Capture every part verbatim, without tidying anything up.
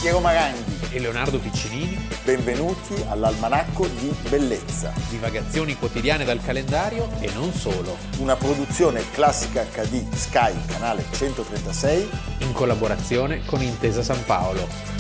Piero Maranghi e Leonardo Piccinini. Benvenuti all'Almanacco di Bellezza. Divagazioni quotidiane dal calendario e non solo. Una produzione Classica acca di Sky, canale centotrentasei. In collaborazione con Intesa San Paolo.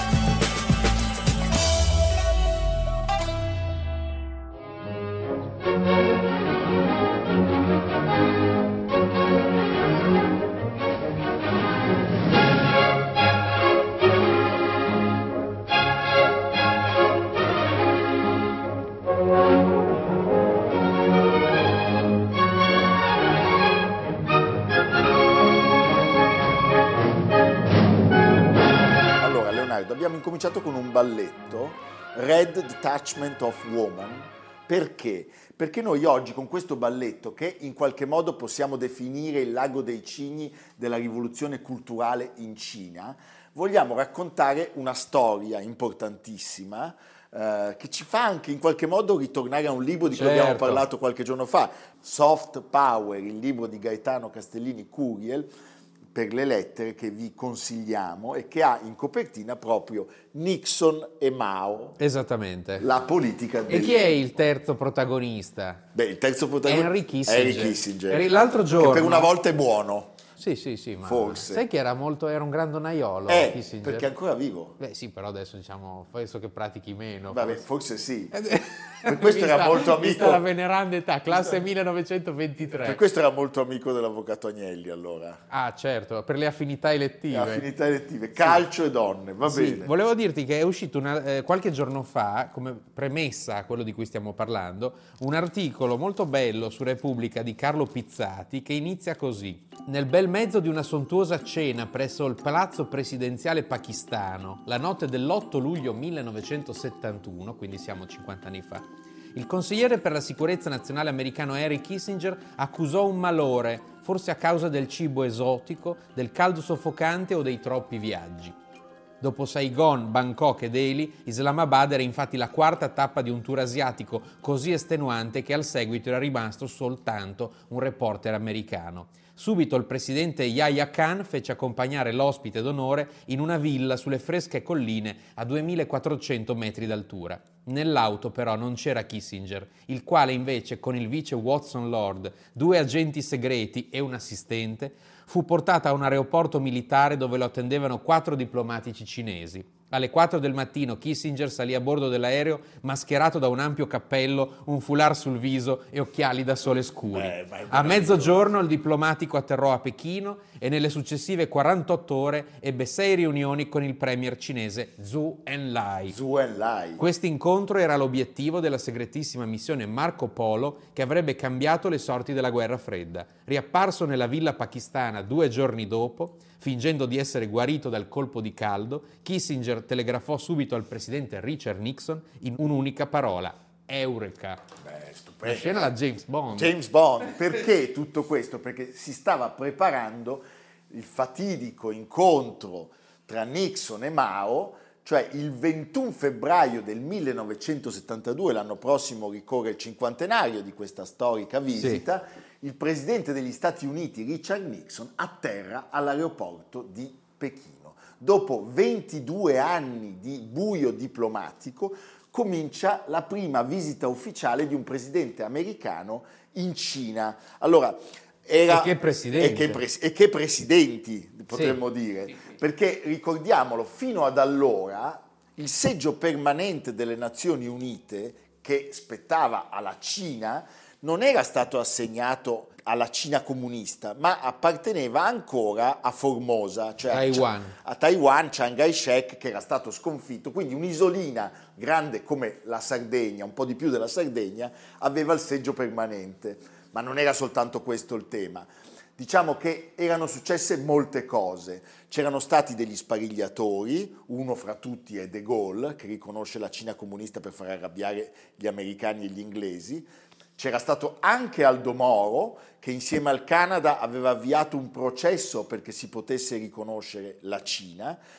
Abbiamo incominciato con un balletto, Red Detachment of Woman. Perché? Perché noi oggi con questo balletto, che in qualche modo possiamo definire il lago dei cigni della rivoluzione culturale in Cina, vogliamo raccontare una storia importantissima eh, che ci fa anche in qualche modo ritornare a un libro di cui certo. abbiamo parlato qualche giorno fa, Soft Power, il libro di Gaetano Castellini Curiel, per le lettere, che vi consigliamo e che ha in copertina proprio Nixon e Mao. Esattamente. La politica del... E chi è il terzo protagonista? Beh, il terzo protagonista Henry Kissinger. Henry Kissinger. L'altro giorno... Che per una volta è buono. Sì, sì, sì, ma forse. Sai che era molto era un grandonaiolo eh, Kissinger? Perché è ancora vivo. Beh, sì, però adesso diciamo, penso che pratichi meno. Vabbè, forse, forse sì. Per questo era molto amico. Vista la veneranda età, classe millenovecentoventitré. Per questo era molto amico dell'avvocato Agnelli, allora. Ah, certo, per le affinità elettive. Le affinità elettive, calcio sì. e donne, va sì, bene. Volevo dirti che è uscito una, eh, qualche giorno fa, come premessa a quello di cui stiamo parlando, un articolo molto bello su Repubblica di Carlo Pizzati che inizia così. Nel bel mezzo di una sontuosa cena presso il palazzo presidenziale pakistano, la notte dell'otto luglio millenovecentosettantuno, quindi siamo cinquanta anni fa, il consigliere per la sicurezza nazionale americano Henry Kissinger accusò un malore, forse a causa del cibo esotico, del caldo soffocante o dei troppi viaggi. Dopo Saigon, Bangkok e Delhi, Islamabad era infatti la quarta tappa di un tour asiatico così estenuante che al seguito era rimasto soltanto un reporter americano. Subito il presidente Yahya Khan fece accompagnare l'ospite d'onore in una villa sulle fresche colline a duemilaquattrocento metri d'altura. Nell'auto però non c'era Kissinger, il quale invece con il vice Watson Lord, due agenti segreti e un assistente, fu portato a un aeroporto militare dove lo attendevano quattro diplomatici cinesi. Alle quattro del mattino Kissinger salì a bordo dell'aereo mascherato da un ampio cappello, un foulard sul viso e occhiali da sole scuri. Beh, a mezzogiorno il diplomatico atterrò a Pechino e nelle successive quarantotto ore ebbe sei riunioni con il premier cinese Zhou Enlai. Zhou Enlai. Questo incontro era l'obiettivo della segretissima missione Marco Polo che avrebbe cambiato le sorti della guerra fredda. Riapparso nella villa pakistana due giorni dopo, fingendo di essere guarito dal colpo di caldo, Kissinger telegrafò subito al presidente Richard Nixon in un'unica parola: Eureka. Beh, stupendo. La scena da James Bond. James Bond. Perché tutto questo? Perché si stava preparando il fatidico incontro tra Nixon e Mao, cioè il ventuno febbraio del millenovecentosettantadue, l'anno prossimo ricorre il cinquantenario di questa storica visita, sì. Il presidente degli Stati Uniti Richard Nixon atterra all'aeroporto di Pechino. Dopo ventidue anni di buio diplomatico comincia la prima visita ufficiale di un presidente americano in Cina. Allora, era, e che presidente. E che, pres- e che presidenti, potremmo sì. dire, sì. Perché ricordiamolo, fino ad allora il seggio permanente delle Nazioni Unite, che spettava alla Cina, non era stato assegnato alla Cina comunista, ma apparteneva ancora a Formosa, cioè Taiwan. a Taiwan, Chiang Kai-shek, che era stato sconfitto, quindi un'isolina grande come la Sardegna, un po' di più della Sardegna, aveva il seggio permanente. Ma non era soltanto questo il tema. Diciamo che erano successe molte cose. C'erano stati degli sparigliatori, uno fra tutti è De Gaulle, che riconosce la Cina comunista per far arrabbiare gli americani e gli inglesi. C'era stato anche Aldo Moro, che insieme al Canada aveva avviato un processo perché si potesse riconoscere la Cina.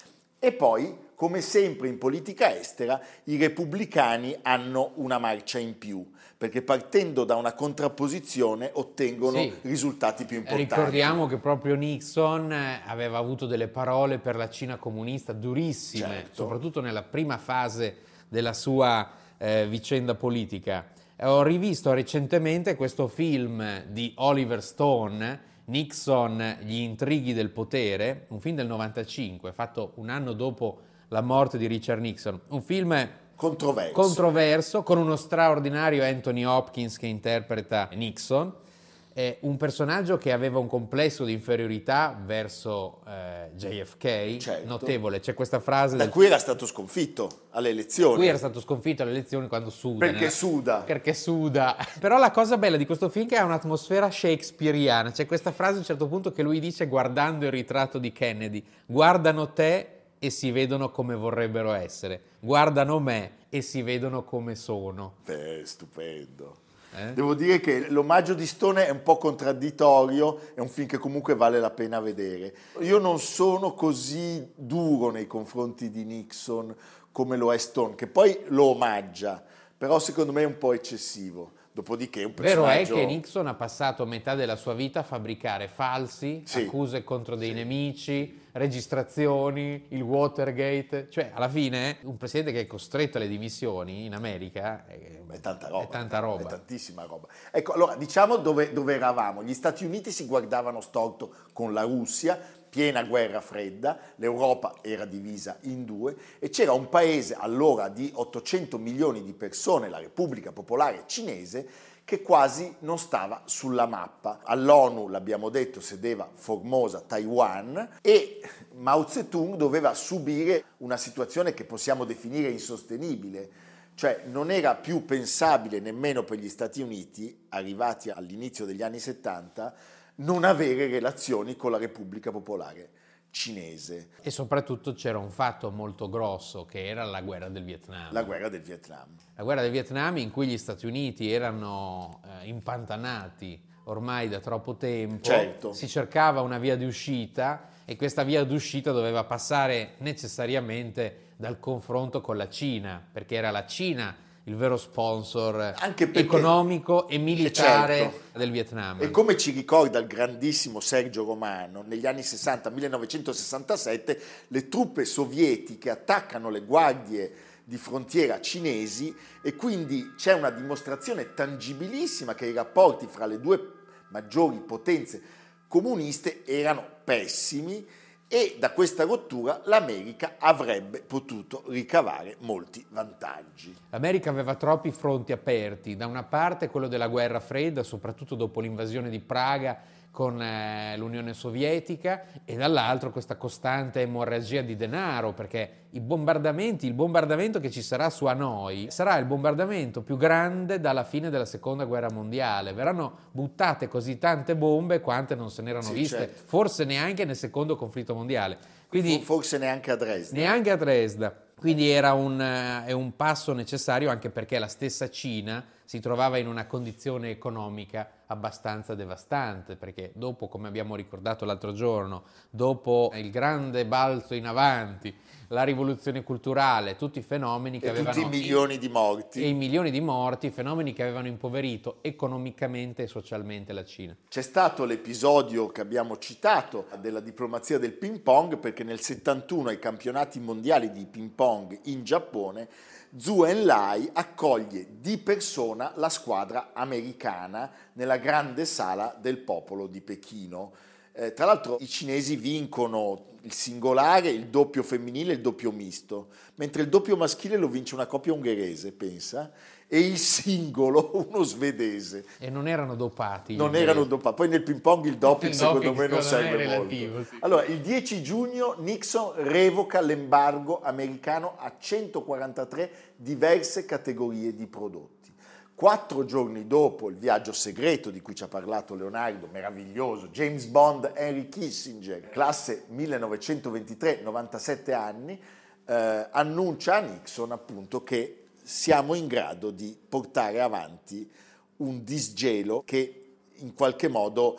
E poi, come sempre in politica estera, i repubblicani hanno una marcia in più, perché partendo da una contrapposizione ottengono Sì. risultati più importanti. Ricordiamo che proprio Nixon aveva avuto delle parole per la Cina comunista durissime, Certo. soprattutto nella prima fase della sua eh, vicenda politica. Ho rivisto recentemente questo film di Oliver Stone, Nixon, gli intrighi del potere, un film del novantacinque, fatto un anno dopo la morte di Richard Nixon, un film Controverso. controverso con uno straordinario Anthony Hopkins che interpreta Nixon, eh, un personaggio che aveva un complesso di inferiorità verso eh, J F K, Certo. notevole. C'è questa frase Da del... cui era stato sconfitto alle elezioni. Qui era stato sconfitto alle elezioni quando suda. Perché nella- suda. Perché suda. Però la cosa bella di questo film è che ha un'atmosfera shakespeariana. C'è questa frase a un certo punto che lui dice guardando il ritratto di Kennedy: guardano te e si vedono come vorrebbero essere, guardano me e si vedono come sono. Beh, stupendo. Eh? Devo dire che l'omaggio di Stone è un po' contraddittorio, è un film che comunque vale la pena vedere. Io non sono così duro nei confronti di Nixon come lo è Stone, che poi lo omaggia, però secondo me è un po' eccessivo. Dopodiché è un Vero personaggio... è che Nixon ha passato metà della sua vita a fabbricare falsi, Sì. accuse contro dei Sì. nemici, registrazioni, il Watergate. Cioè, alla fine, un presidente che è costretto alle dimissioni in America è, È tanta roba, è tanta roba. è tantissima roba. Ecco, allora diciamo dove, dove eravamo. Gli Stati Uniti si guardavano storto con la Russia, piena guerra fredda, l'Europa era divisa in due e c'era un paese allora di ottocento milioni di persone, la Repubblica Popolare Cinese, che quasi non stava sulla mappa. All'ONU, l'abbiamo detto, sedeva Formosa, Taiwan, e Mao Zedong doveva subire una situazione che possiamo definire insostenibile. Cioè non era più pensabile nemmeno per gli Stati Uniti, arrivati all'inizio degli anni settanta, non avere relazioni con la Repubblica Popolare Cinese. E soprattutto c'era un fatto molto grosso che era la guerra del Vietnam. La guerra del Vietnam. La guerra del Vietnam in cui gli Stati Uniti erano eh, impantanati ormai da troppo tempo, Certo. Si cercava una via di uscita e questa via d'uscita doveva passare necessariamente dal confronto con la Cina, perché era la Cina il vero sponsor Anche perché- economico e militare Certo. del Vietnam. E come ci ricorda il grandissimo Sergio Romano, negli anni sessanta, millenovecentosessantasette, le truppe sovietiche attaccano le guardie di frontiera cinesi e quindi c'è una dimostrazione tangibilissima che i rapporti fra le due maggiori potenze comuniste erano pessimi e da questa rottura l'America avrebbe potuto ricavare molti vantaggi. L'America aveva troppi fronti aperti, da una parte quello della guerra fredda, soprattutto dopo l'invasione di Praga con eh, l'Unione Sovietica, e dall'altro questa costante emorragia di denaro, perché i bombardamenti, il bombardamento che ci sarà su Hanoi sarà il bombardamento più grande dalla fine della Seconda Guerra Mondiale. Verranno buttate così tante bombe quante non se n'erano Sì, viste, certo. forse neanche nel Secondo conflitto mondiale. Quindi Forse neanche a Dresda. neanche a Dresda. Quindi era un, è un passo necessario anche perché la stessa Cina si trovava in una condizione economica abbastanza devastante, perché dopo, come abbiamo ricordato l'altro giorno, dopo il grande balzo in avanti, la rivoluzione culturale, tutti i fenomeni che E avevano... tutti i milioni di morti. E i milioni di morti, fenomeni che avevano impoverito economicamente e socialmente la Cina. C'è stato l'episodio che abbiamo citato della diplomazia del ping pong, perché nel settantuno ai campionati mondiali di ping pong in Giappone Zhou Enlai accoglie di persona la squadra americana nella grande sala del popolo di Pechino. Eh, tra l'altro i cinesi vincono il singolare, il doppio femminile e il doppio misto, mentre il doppio maschile lo vince una coppia ungherese, pensa, e il singolo uno svedese. E non erano dopati. Non erano dopati. Poi nel ping pong il doping Il secondo doping me non secondo me serve è relativo, molto. sì. Allora, il dieci giugno Nixon revoca l'embargo americano a centoquarantatré diverse categorie di prodotti. Quattro giorni dopo il viaggio segreto di cui ci ha parlato Leonardo, meraviglioso, James Bond Henry Kissinger, classe millenovecentoventitré, novantasette anni, eh, annuncia a Nixon appunto che siamo in grado di portare avanti un disgelo che in qualche modo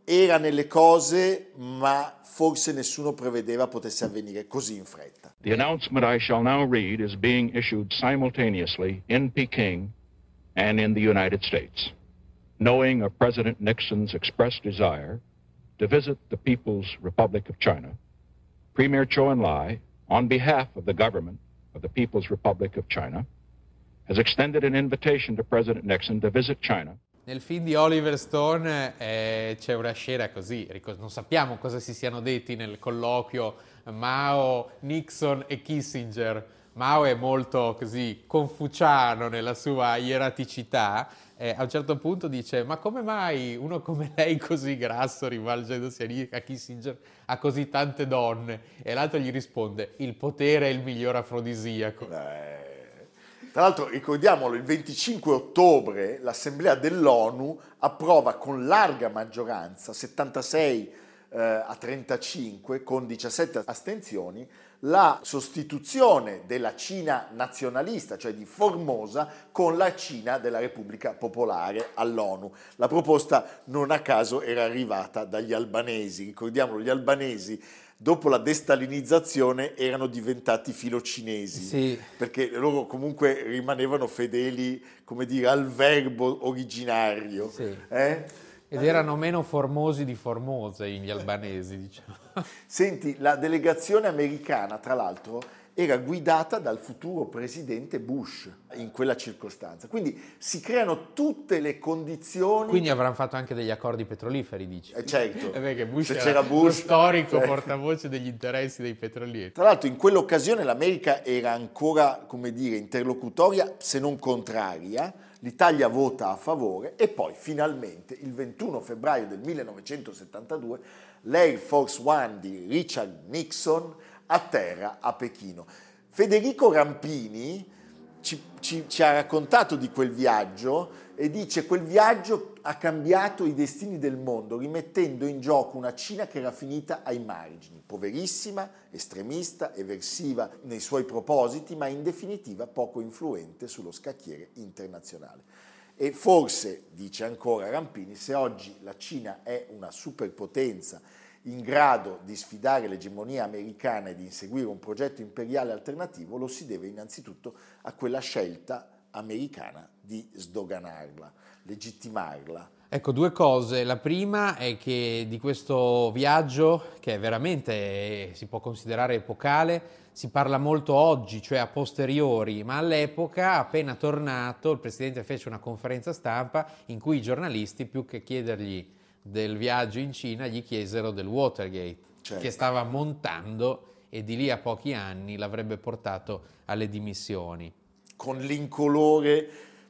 era nelle cose, ma forse nessuno prevedeva potesse avvenire così in fretta. The announcement I shall now read is being issued simultaneously in Peking and in the United States. Knowing of President Nixon's expressed desire to visit the People's Republic of China, Premier Zhou Enlai, on behalf of the government of the People's Republic of China, has extended an invitation to President Nixon to visit China. Nel film di Oliver Stone eh, c'è una scena così, non sappiamo cosa si siano detti nel colloquio Mao, Nixon e Kissinger. Mao è molto così confuciano nella sua ieraticità. Eh, a un certo punto dice: ma come mai uno come lei così grasso, rivolgendosi a Kissinger, ha così tante donne? E l'altro gli risponde: il potere è il miglior afrodisiaco. Eh, tra l'altro ricordiamolo, il venticinque ottobre l'Assemblea dell'ONU approva con larga maggioranza, settantasei eh, a trentacinque, con diciassette astensioni, la sostituzione della Cina nazionalista, cioè di Formosa, con la Cina della Repubblica Popolare all'ONU. La proposta non a caso era arrivata dagli albanesi. Ricordiamolo, gli albanesi dopo la destalinizzazione erano diventati filocinesi, sì, perché loro comunque rimanevano fedeli, come dire, al verbo originario. Sì. Eh? Ed erano meno formosi di Formose gli albanesi, diciamo. Senti, la delegazione americana, tra l'altro, era guidata dal futuro presidente Bush in quella circostanza. Quindi si creano tutte le condizioni. Quindi avranno fatto anche degli accordi petroliferi, dici? Eh certo. Eh beh, che Bush Se era c'era Bush, lo storico cioè... portavoce degli interessi dei petrolieri. Tra l'altro in quell'occasione l'America era ancora, come dire, interlocutoria, se non contraria. L'Italia vota a favore e poi finalmente il ventuno febbraio del millenovecentosettantadue l'Air Force One di Richard Nixon atterra a Pechino. Federico Rampini ci, ci, ci ha raccontato di quel viaggio e dice: quel viaggio ha cambiato i destini del mondo, rimettendo in gioco una Cina che era finita ai margini, poverissima, estremista, eversiva nei suoi propositi, ma in definitiva poco influente sullo scacchiere internazionale. E forse, dice ancora Rampini, se oggi la Cina è una superpotenza in grado di sfidare l'egemonia americana e di inseguire un progetto imperiale alternativo, lo si deve innanzitutto a quella scelta americana di sdoganarla, legittimarla. Ecco, due cose. La prima è che di questo viaggio, che è veramente si può considerare epocale, si parla molto oggi, cioè a posteriori, ma all'epoca, appena tornato, il Presidente fece una conferenza stampa in cui i giornalisti, più che chiedergli del viaggio in Cina, gli chiesero del Watergate, certo, che stava montando e di lì a pochi anni l'avrebbe portato alle dimissioni. Con l'incolore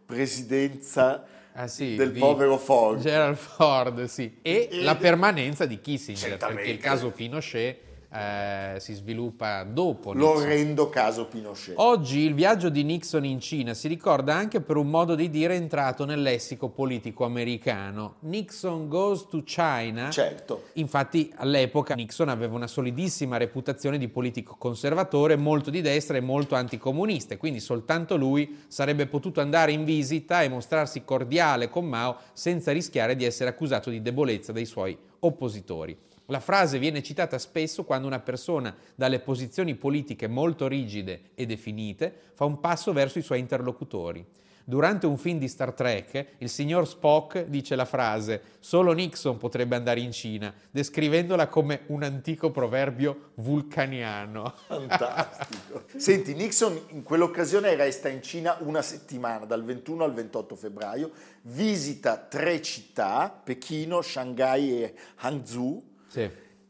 presidenza ah, sì, del povero Ford. Gerald Ford, sì. E, e la permanenza di Kissinger, certamente, perché il caso Pinochet eh, si sviluppa dopo l'orrendo caso Pinochet. Oggi il viaggio di Nixon in Cina si ricorda anche per un modo di dire entrato nel lessico politico americano. Nixon goes to China. Certo. Infatti all'epoca Nixon aveva una solidissima reputazione di politico conservatore, molto di destra e molto anticomunista, quindi soltanto lui sarebbe potuto andare in visita e mostrarsi cordiale con Mao senza rischiare di essere accusato di debolezza dai suoi oppositori. La frase viene citata spesso quando una persona dalle posizioni politiche molto rigide e definite fa un passo verso i suoi interlocutori. Durante un film di Star Trek, il signor Spock dice la frase «Solo Nixon potrebbe andare in Cina», descrivendola come un antico proverbio vulcaniano. Fantastico. Senti, Nixon in quell'occasione resta in Cina una settimana, dal ventuno al ventotto febbraio, visita tre città, Pechino, Shanghai e Hangzhou, sì,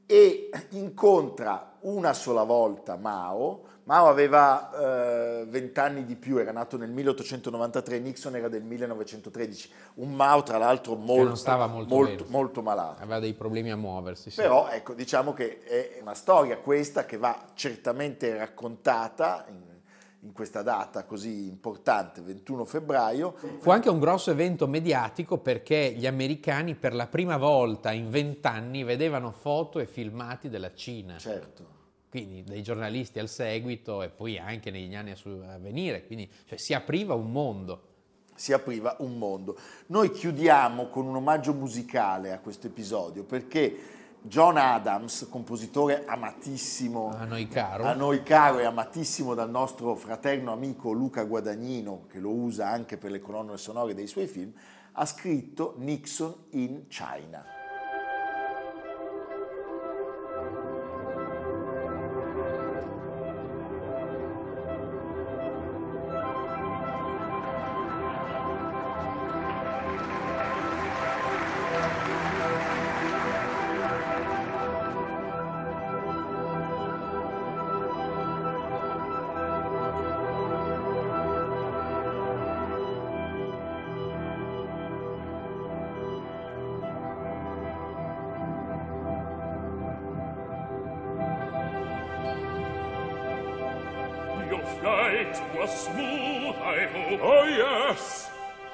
e incontra una sola volta Mao. Mao aveva vent'anni eh, di più, era nato nel milleottocentonovantatré, Nixon era del millenovecentotredici, un Mao tra l'altro molto, non stava molto, molto, molto malato. Aveva dei problemi a muoversi. Sì. Però ecco, diciamo che è una storia questa che va certamente raccontata in, in questa data così importante, ventuno febbraio. Fu anche un grosso evento mediatico perché gli americani per la prima volta in vent'anni vedevano foto e filmati della Cina. Certo. Quindi dei giornalisti al seguito e poi anche negli anni a venire, quindi cioè, si apriva un mondo. si apriva un mondo. Noi chiudiamo con un omaggio musicale a questo episodio, perché John Adams, compositore amatissimo, a noi caro, a noi caro e amatissimo dal nostro fraterno amico Luca Guadagnino, che lo usa anche per le colonne sonore dei suoi film, ha scritto Nixon in China. Flight was smooth, I hope. Oh, yes.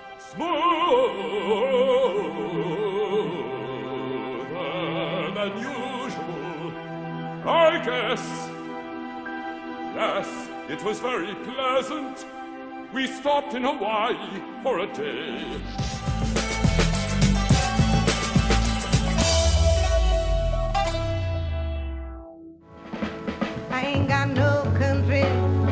Smoother than usual, I guess. Yes, it was very pleasant. We stopped in Hawaii for a day. I ain't got no country.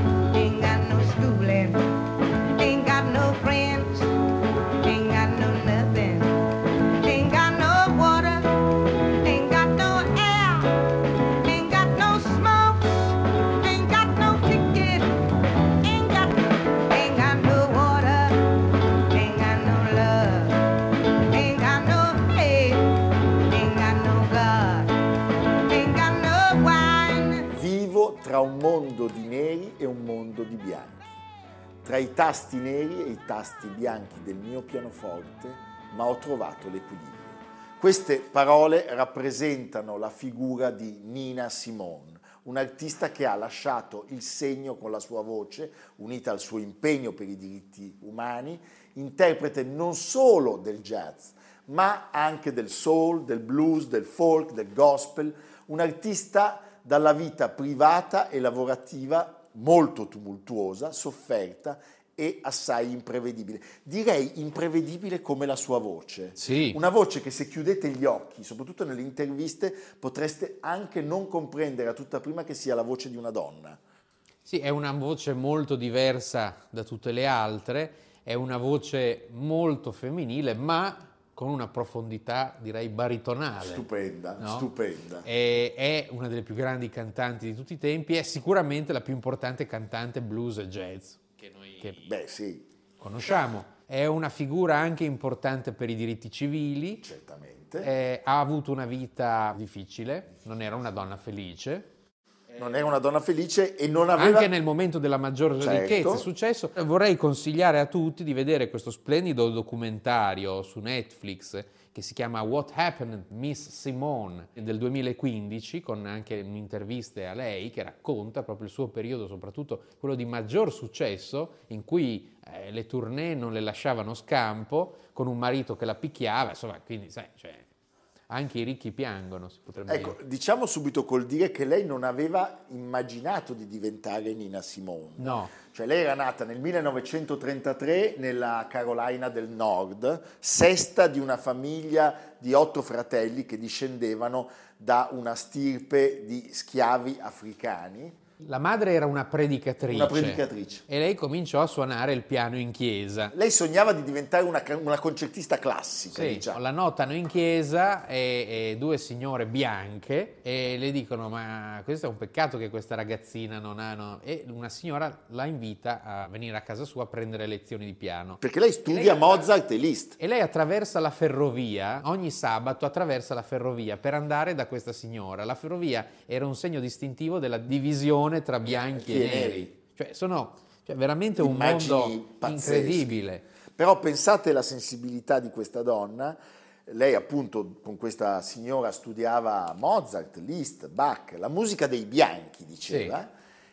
Tra un mondo di neri e un mondo di bianchi, tra i tasti neri e i tasti bianchi del mio pianoforte, ma ho trovato l'equilibrio. Queste parole rappresentano la figura di Nina Simone, un'artista che ha lasciato il segno con la sua voce, unita al suo impegno per i diritti umani, interprete non solo del jazz, ma anche del soul, del blues, del folk, del gospel, un'artista dalla vita privata e lavorativa molto tumultuosa, sofferta e assai imprevedibile. Direi imprevedibile come la sua voce. Sì. Una voce che se chiudete gli occhi, soprattutto nelle interviste, potreste anche non comprendere a tutta prima che sia la voce di una donna. Sì, è una voce molto diversa da tutte le altre, è una voce molto femminile, ma con una profondità, direi, baritonale. Stupenda, no? stupenda. È, è una delle più grandi cantanti di tutti i tempi, è sicuramente la più importante cantante blues e jazz che noi che Beh, sì. conosciamo. È una figura anche importante per i diritti civili. Certamente. È, ha avuto una vita difficile, non era una donna felice. Non era una donna felice e non aveva... Anche nel momento della maggior Certo. ricchezza e successo. Vorrei consigliare a tutti di vedere questo splendido documentario su Netflix che si chiama What Happened Miss Simone del duemilaquindici, con anche un'intervista a lei che racconta proprio il suo periodo, soprattutto quello di maggior successo, in cui eh, le tournée non le lasciavano scampo, con un marito che la picchiava, insomma, quindi sai, cioè, anche i ricchi piangono, si potrebbe Ecco, dire. diciamo subito col dire che lei non aveva immaginato di diventare Nina Simone. No. Cioè lei era nata nel millenovecentotrentatré nella Carolina del Nord, sesta di una famiglia di otto fratelli che discendevano da una stirpe di schiavi africani. La madre era una predicatrice, Una predicatrice. E lei cominciò a suonare il piano in chiesa. Lei sognava di diventare una, una concertista classica, Sì, diciamo. la notano in chiesa e, e due signore bianche e le dicono ma questo è un peccato che questa ragazzina non ha... No. E una signora la invita a venire a casa sua a prendere lezioni di piano. Perché lei studia lei- Mozart e Liszt. E lei attraversa la ferrovia, ogni sabato attraversa la ferrovia per andare da questa signora. La ferrovia era un segno distintivo della divisione tra bianchi e E neri. neri. Cioè sono cioè, veramente un Immagini mondo pazzesche. incredibile. Però pensate alla sensibilità di questa donna. Lei appunto con questa signora studiava Mozart, Liszt, Bach, la musica dei bianchi, diceva,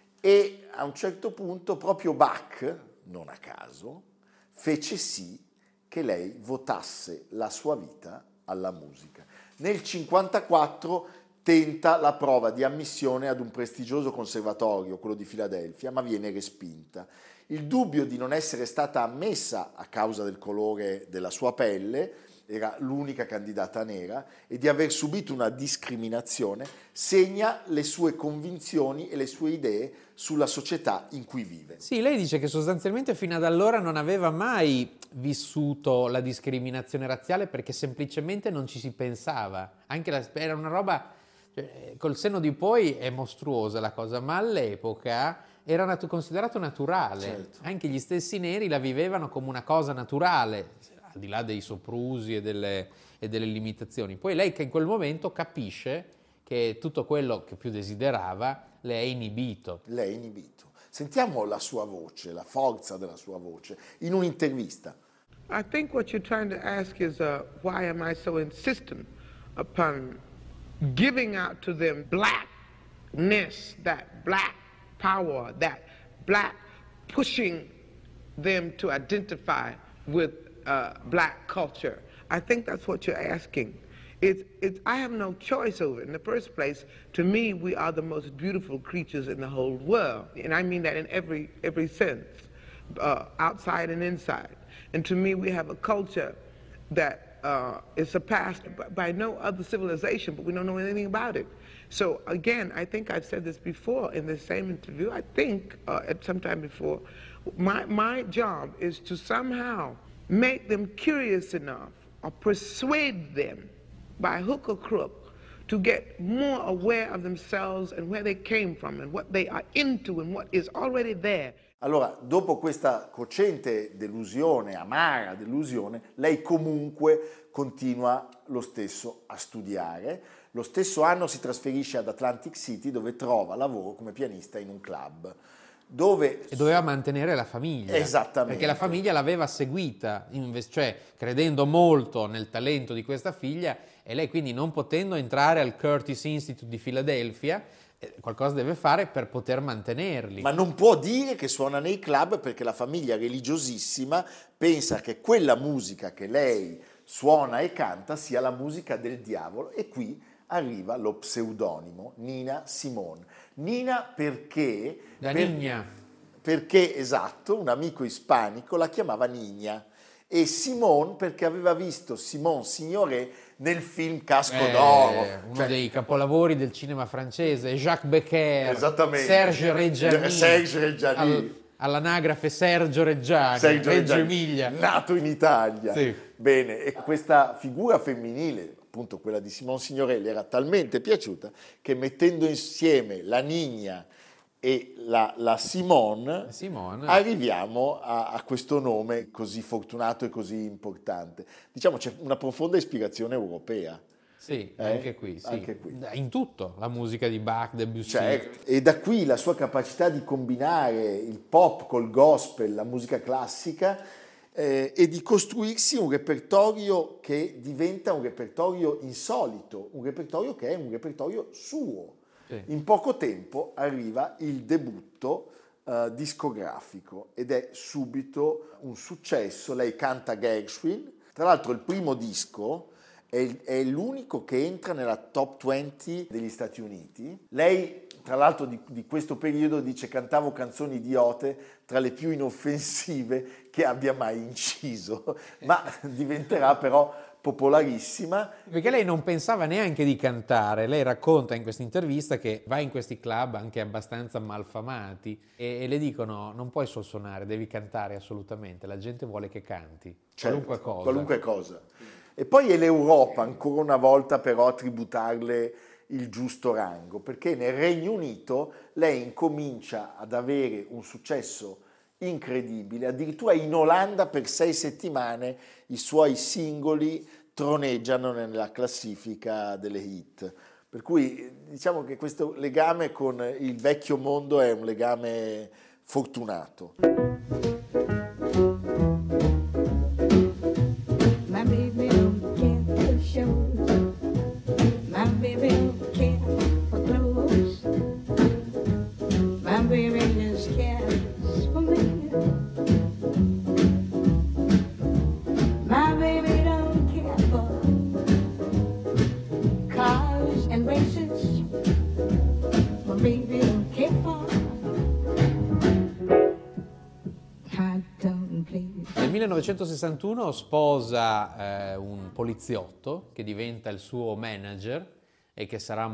e a un certo punto proprio Bach, non a caso, fece sì che lei votasse la sua vita alla musica. Nel cinquantaquattro tenta la prova di ammissione ad un prestigioso conservatorio, quello di Filadelfia, ma viene respinta. Il dubbio di non essere stata ammessa a causa del colore della sua pelle, era l'unica candidata nera, e di aver subito una discriminazione segna le sue convinzioni e le sue idee sulla società in cui vive. Sì, lei dice che sostanzialmente fino ad allora non aveva mai vissuto la discriminazione razziale perché semplicemente non ci si pensava. Anche la, era una roba, cioè, col senno di poi è mostruosa la cosa, ma all'epoca era nat- considerato naturale. Certo. Anche gli stessi neri la vivevano come una cosa naturale, al di là dei soprusi e delle, e delle limitazioni. Poi lei che in quel momento capisce che tutto quello che più desiderava le è inibito. Le è inibito. Sentiamo la sua voce, la forza della sua voce, in un'intervista. I think what you're trying to ask is uh, why am I so insistent upon giving out to them blackness, that black power, that black pushing them to identify with uh, black culture. I think that's what you're asking. It's, it's, I have no choice over it. In the first place, to me, we are the most beautiful creatures in the whole world. And I mean that in every, every sense, uh, outside and inside. And to me, we have a culture that uh, is surpassed by, by no other civilization, but we don't know anything about it. So again, I think I've said this before in the same interview, I think uh, at some time before, my, my job is to somehow make them curious enough or persuade them by hook or crook to get more aware of themselves and where they came from and what they are into and what is already there. Allora, dopo questa cocente delusione, amara delusione, lei comunque continua lo stesso a studiare. Lo stesso anno si trasferisce ad Atlantic City, dove trova lavoro come pianista in un club. Dove... E doveva mantenere la famiglia. Esattamente. Perché la famiglia l'aveva seguita, invece, cioè credendo molto nel talento di questa figlia, e lei quindi non potendo entrare al Curtis Institute di Filadelfia, eh, qualcosa deve fare per poter mantenerli. Ma non può dire che suona nei club perché la famiglia religiosissima pensa che quella musica che lei suona e canta sia la musica del diavolo, e qui arriva lo pseudonimo Nina Simone. Nina perché... La per, Nina. Perché, esatto, un amico ispanico la chiamava Nina. E Simone perché aveva visto Simone Signoret nel film Casco Eh, d'Oro. uno Cioè, dei capolavori del cinema francese, Jacques Becker, Esattamente. Serge Reggiani, Serge Reggiani. al- all'anagrafe Sergio Reggiani, Sergio Reggio Reggiani, Emilia. nato in Italia. Sì. Bene, e questa figura femminile, appunto quella di Simone Signoret, le era talmente piaciuta che mettendo insieme la Nina e la, la Simone, Simone. arriviamo a, a questo nome così fortunato e così importante. Diciamo c'è una profonda ispirazione europea. Sì, Eh? anche qui, sì. Anche qui. In tutto, la musica di Bach, Debussy. Certo. E da qui la sua capacità di combinare il pop col gospel, la musica classica, eh, e di costruirsi un repertorio che diventa un repertorio insolito, un repertorio che è un repertorio suo. Sì. In poco tempo arriva il debutto eh, discografico ed è subito un successo. Lei canta Gershwin, tra l'altro il primo disco è, è l'unico che entra nella top venti degli Stati Uniti. Lei, tra l'altro, di, di questo periodo dice: cantavo canzoni idiote tra le più inoffensive che abbia mai inciso, ma diventerà però popolarissima. Perché lei non pensava neanche di cantare. Lei racconta in questa intervista che va in questi club anche abbastanza malfamati e, e le dicono: non puoi solo suonare, devi cantare assolutamente, la gente vuole che canti, Certo, qualunque cosa. qualunque cosa. E poi è l'Europa ancora una volta però a tributarle il giusto rango, perché nel Regno Unito lei incomincia ad avere un successo incredibile, addirittura in Olanda per sei settimane i suoi singoli troneggiano nella classifica delle hit, per cui diciamo che questo legame con il vecchio mondo è un legame fortunato. My baby don't care for shows. My baby don't care for clothes. My baby just cares for me. My baby don't care for cars and races. millenovecentosessantuno sposa eh, un poliziotto che diventa il suo manager e che sarà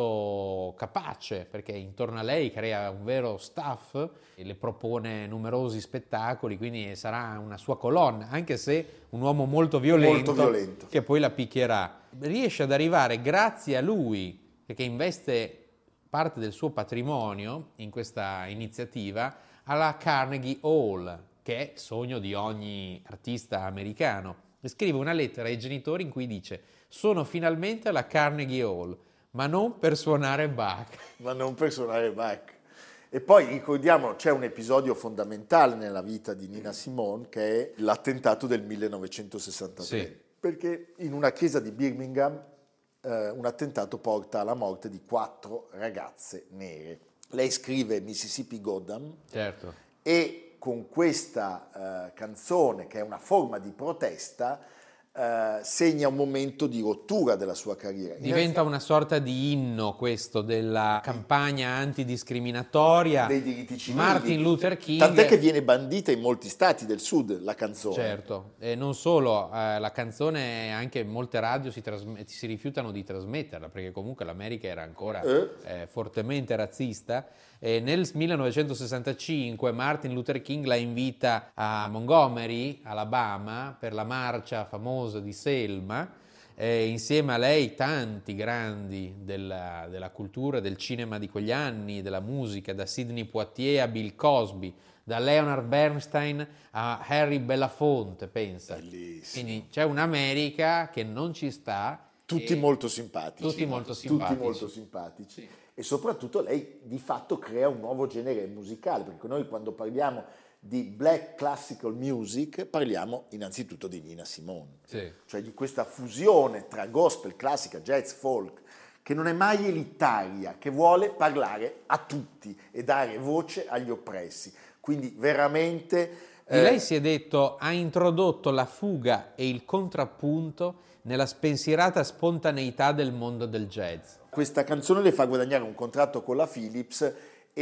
molto capace perché intorno a lei crea un vero staff e le propone numerosi spettacoli, quindi sarà una sua colonna, anche se un uomo molto violento, molto violento. che poi la picchierà. Riesce ad arrivare grazie a lui, che investe parte del suo patrimonio in questa iniziativa, alla Carnegie Hall, che è il sogno di ogni artista americano. E scrive una lettera ai genitori in cui dice: sono finalmente alla Carnegie Hall, ma non per suonare Bach. Ma non per suonare Bach. E poi ricordiamo, c'è un episodio fondamentale nella vita di Nina Simone, che è l'attentato del millenovecentosessantatré. Sì. Perché in una chiesa di Birmingham eh, un attentato porta alla morte di quattro ragazze nere. Lei scrive Mississippi Goddam, Certo. e con questa eh, canzone, che è una forma di protesta, eh, segna un momento di rottura della sua carriera. Diventa una sorta di inno questo della campagna antidiscriminatoria dei diritti civili. Martin Luther King. Tant'è che viene bandita in molti stati del sud la canzone. Certo, e non solo, eh, la canzone anche molte radio si, trasme- si rifiutano di trasmetterla perché comunque l'America era ancora Eh. eh, fortemente razzista. E nel millenovecentosessantacinque Martin Luther King la invita a Montgomery, Alabama, per la marcia famosa di Selma. Eh, insieme a lei tanti grandi della, della cultura, del cinema di quegli anni, della musica, da Sidney Poitier a Bill Cosby, da Leonard Bernstein a Harry Belafonte, pensa. Bellissimo. Quindi c'è un'America che non ci sta. Tutti e- molto simpatici. Tutti molto simpatici. Tutti molto simpatici. E soprattutto lei di fatto crea un nuovo genere musicale, perché noi quando parliamo di black classical music parliamo innanzitutto di Nina Simone, Sì. cioè di questa fusione tra gospel, classica, jazz, folk, che non è mai elitaria, che vuole parlare a tutti e dare voce agli oppressi. Quindi veramente... Di lei si è detto ha introdotto la fuga e il contrappunto nella spensierata spontaneità del mondo del jazz. Questa canzone le fa guadagnare un contratto con la Philips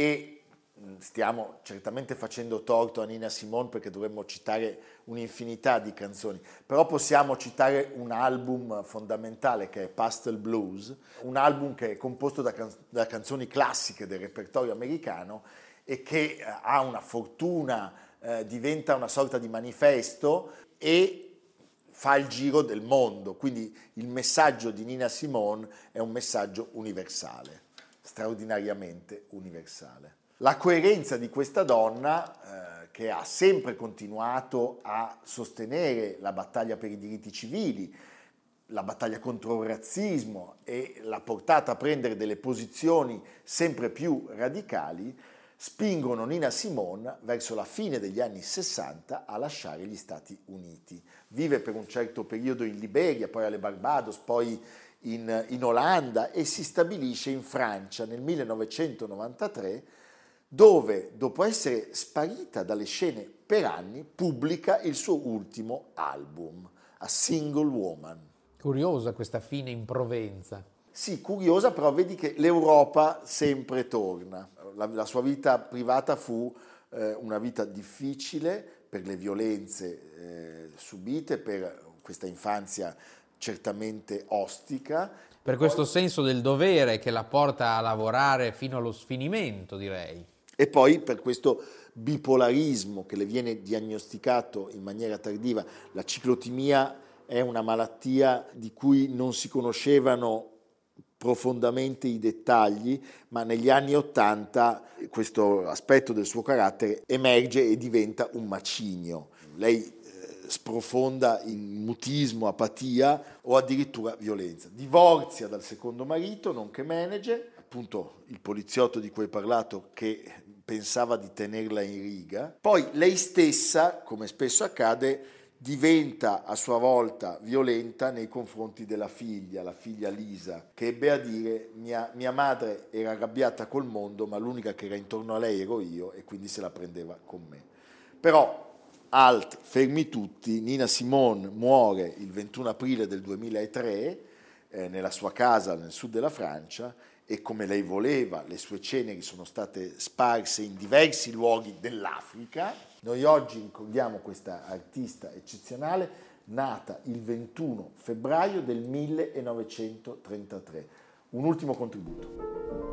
e stiamo certamente facendo torto a Nina Simone perché dovremmo citare un'infinità di canzoni, però possiamo citare un album fondamentale che è Pastel Blues, un album che è composto da, can- da canzoni classiche del repertorio americano e che ha una fortuna, eh, diventa una sorta di manifesto e fa il giro del mondo, quindi il messaggio di Nina Simone è un messaggio universale, straordinariamente universale. La coerenza di questa donna, eh, che ha sempre continuato a sostenere la battaglia per i diritti civili, la battaglia contro il razzismo e l'ha portata a prendere delle posizioni sempre più radicali, spingono Nina Simone verso la fine degli anni sessanta a lasciare gli Stati Uniti. Vive per un certo periodo in Liberia, poi alle Barbados, poi in, in Olanda e si stabilisce in Francia nel millenovecentonovantatré, dove dopo essere sparita dalle scene per anni pubblica il suo ultimo album, A Single Woman. Curiosa questa fine in Provenza. Sì, curiosa, però vedi che l'Europa sempre torna. La, la sua vita privata fu eh, una vita difficile per le violenze eh, subite, per questa infanzia certamente ostica. Per questo senso del dovere che la porta a lavorare fino allo sfinimento, direi. E poi per questo bipolarismo che le viene diagnosticato in maniera tardiva. La ciclotimia è una malattia di cui non si conoscevano profondamente i dettagli, ma negli anni Ottanta questo aspetto del suo carattere emerge e diventa un macigno. Lei eh, sprofonda in mutismo, apatia o addirittura violenza. Divorzia dal secondo marito, nonché manager, appunto il poliziotto di cui hai parlato che pensava di tenerla in riga. Poi lei stessa, come spesso accade, diventa a sua volta violenta nei confronti della figlia, la figlia Lisa, che ebbe a dire mia, mia madre era arrabbiata col mondo, ma l'unica che era intorno a lei ero io e quindi se la prendeva con me. Però, alt, fermi tutti, Nina Simone muore il ventuno aprile del duemilatré eh, nella sua casa nel sud della Francia e come lei voleva le sue ceneri sono state sparse in diversi luoghi dell'Africa. Noi oggi ricordiamo questa artista eccezionale nata il ventuno febbraio del millenovecentotrentatré. Un ultimo contributo.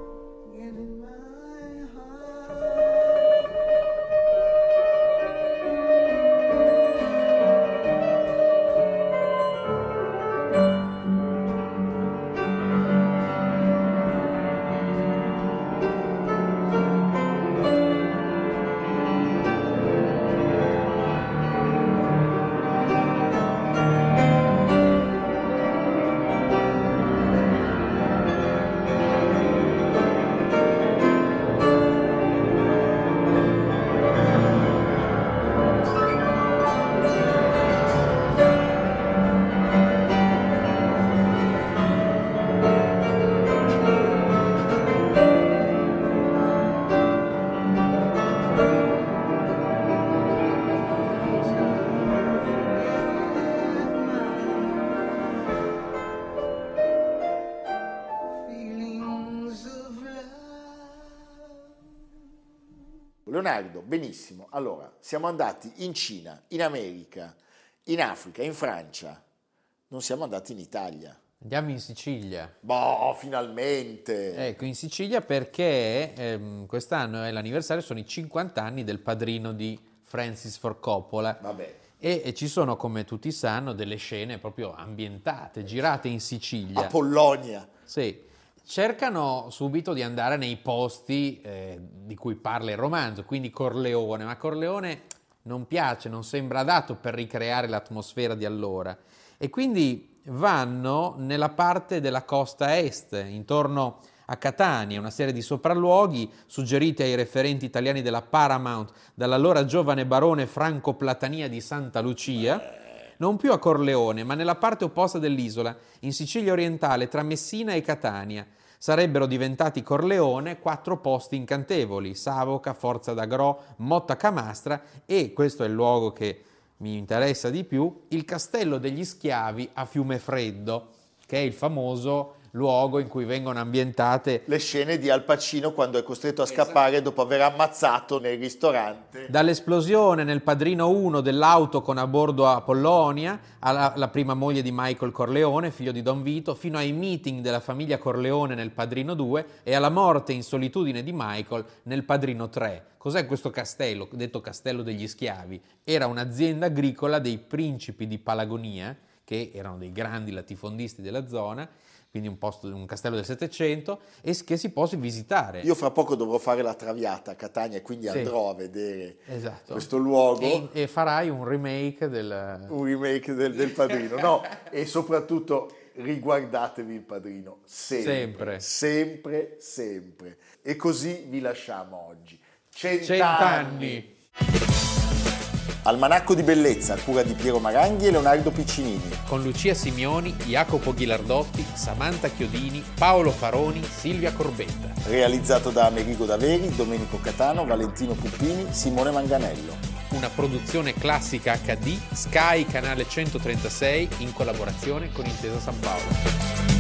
Leonardo, benissimo. Allora, siamo andati in Cina, in America, in Africa, in Francia. Non siamo andati in Italia. Andiamo in Sicilia. Boh, finalmente! Ecco, in Sicilia perché ehm, quest'anno è l'anniversario, sono i cinquanta anni del padrino di Francis Ford Coppola. Vabbè. E, e ci sono, come tutti sanno, delle scene proprio ambientate, girate in Sicilia. A Polonia. Sì. Cercano subito di andare nei posti eh, di cui parla il romanzo, quindi Corleone, ma Corleone non piace, non sembra adatto per ricreare l'atmosfera di allora. E quindi vanno nella parte della costa est, intorno a Catania, una serie di sopralluoghi suggeriti ai referenti italiani della Paramount dall'allora giovane barone Franco Platania di Santa Lucia, non più a Corleone, ma nella parte opposta dell'isola, in Sicilia orientale, tra Messina e Catania. Sarebbero diventati Corleone quattro posti incantevoli: Savoca, Forza d'Agro, Motta Camastra e, questo è il luogo che mi interessa di più, il Castello degli Schiavi a Fiumefreddo, che è il famoso luogo in cui vengono ambientate le scene di Al Pacino quando è costretto a scappare, esatto, dopo aver ammazzato nel ristorante. Dall'esplosione nel Padrino uno dell'auto con a bordo Apollonia, alla la prima moglie di Michael Corleone, figlio di Don Vito, fino ai meeting della famiglia Corleone nel Padrino due e alla morte in solitudine di Michael nel Padrino tre. Cos'è questo castello, detto Castello degli Schiavi? Era un'azienda agricola dei principi di Palagonia, che erano dei grandi latifondisti della zona, quindi un, posto, un castello del Settecento, e che si può visitare. Io fra poco dovrò fare la traviata a Catania, quindi sì, andrò a vedere, esatto, questo luogo. E, e farai un remake del... Un remake del, del Padrino, no, e soprattutto riguardatevi il Padrino, sempre, sempre, sempre, sempre. E così vi lasciamo oggi. Cent'anni! Cent'anni. Almanacco di bellezza a cura di Piero Maranghi e Leonardo Piccinini. Con Lucia Simioni, Jacopo Ghilardotti, Samantha Chiodini, Paolo Faroni, Silvia Corbetta. Realizzato da Amerigo Daveri, Domenico Catano, Valentino Puppini, Simone Manganello. Una produzione classica acca di, Sky Canale centotrentasei, in collaborazione con Intesa San Paolo.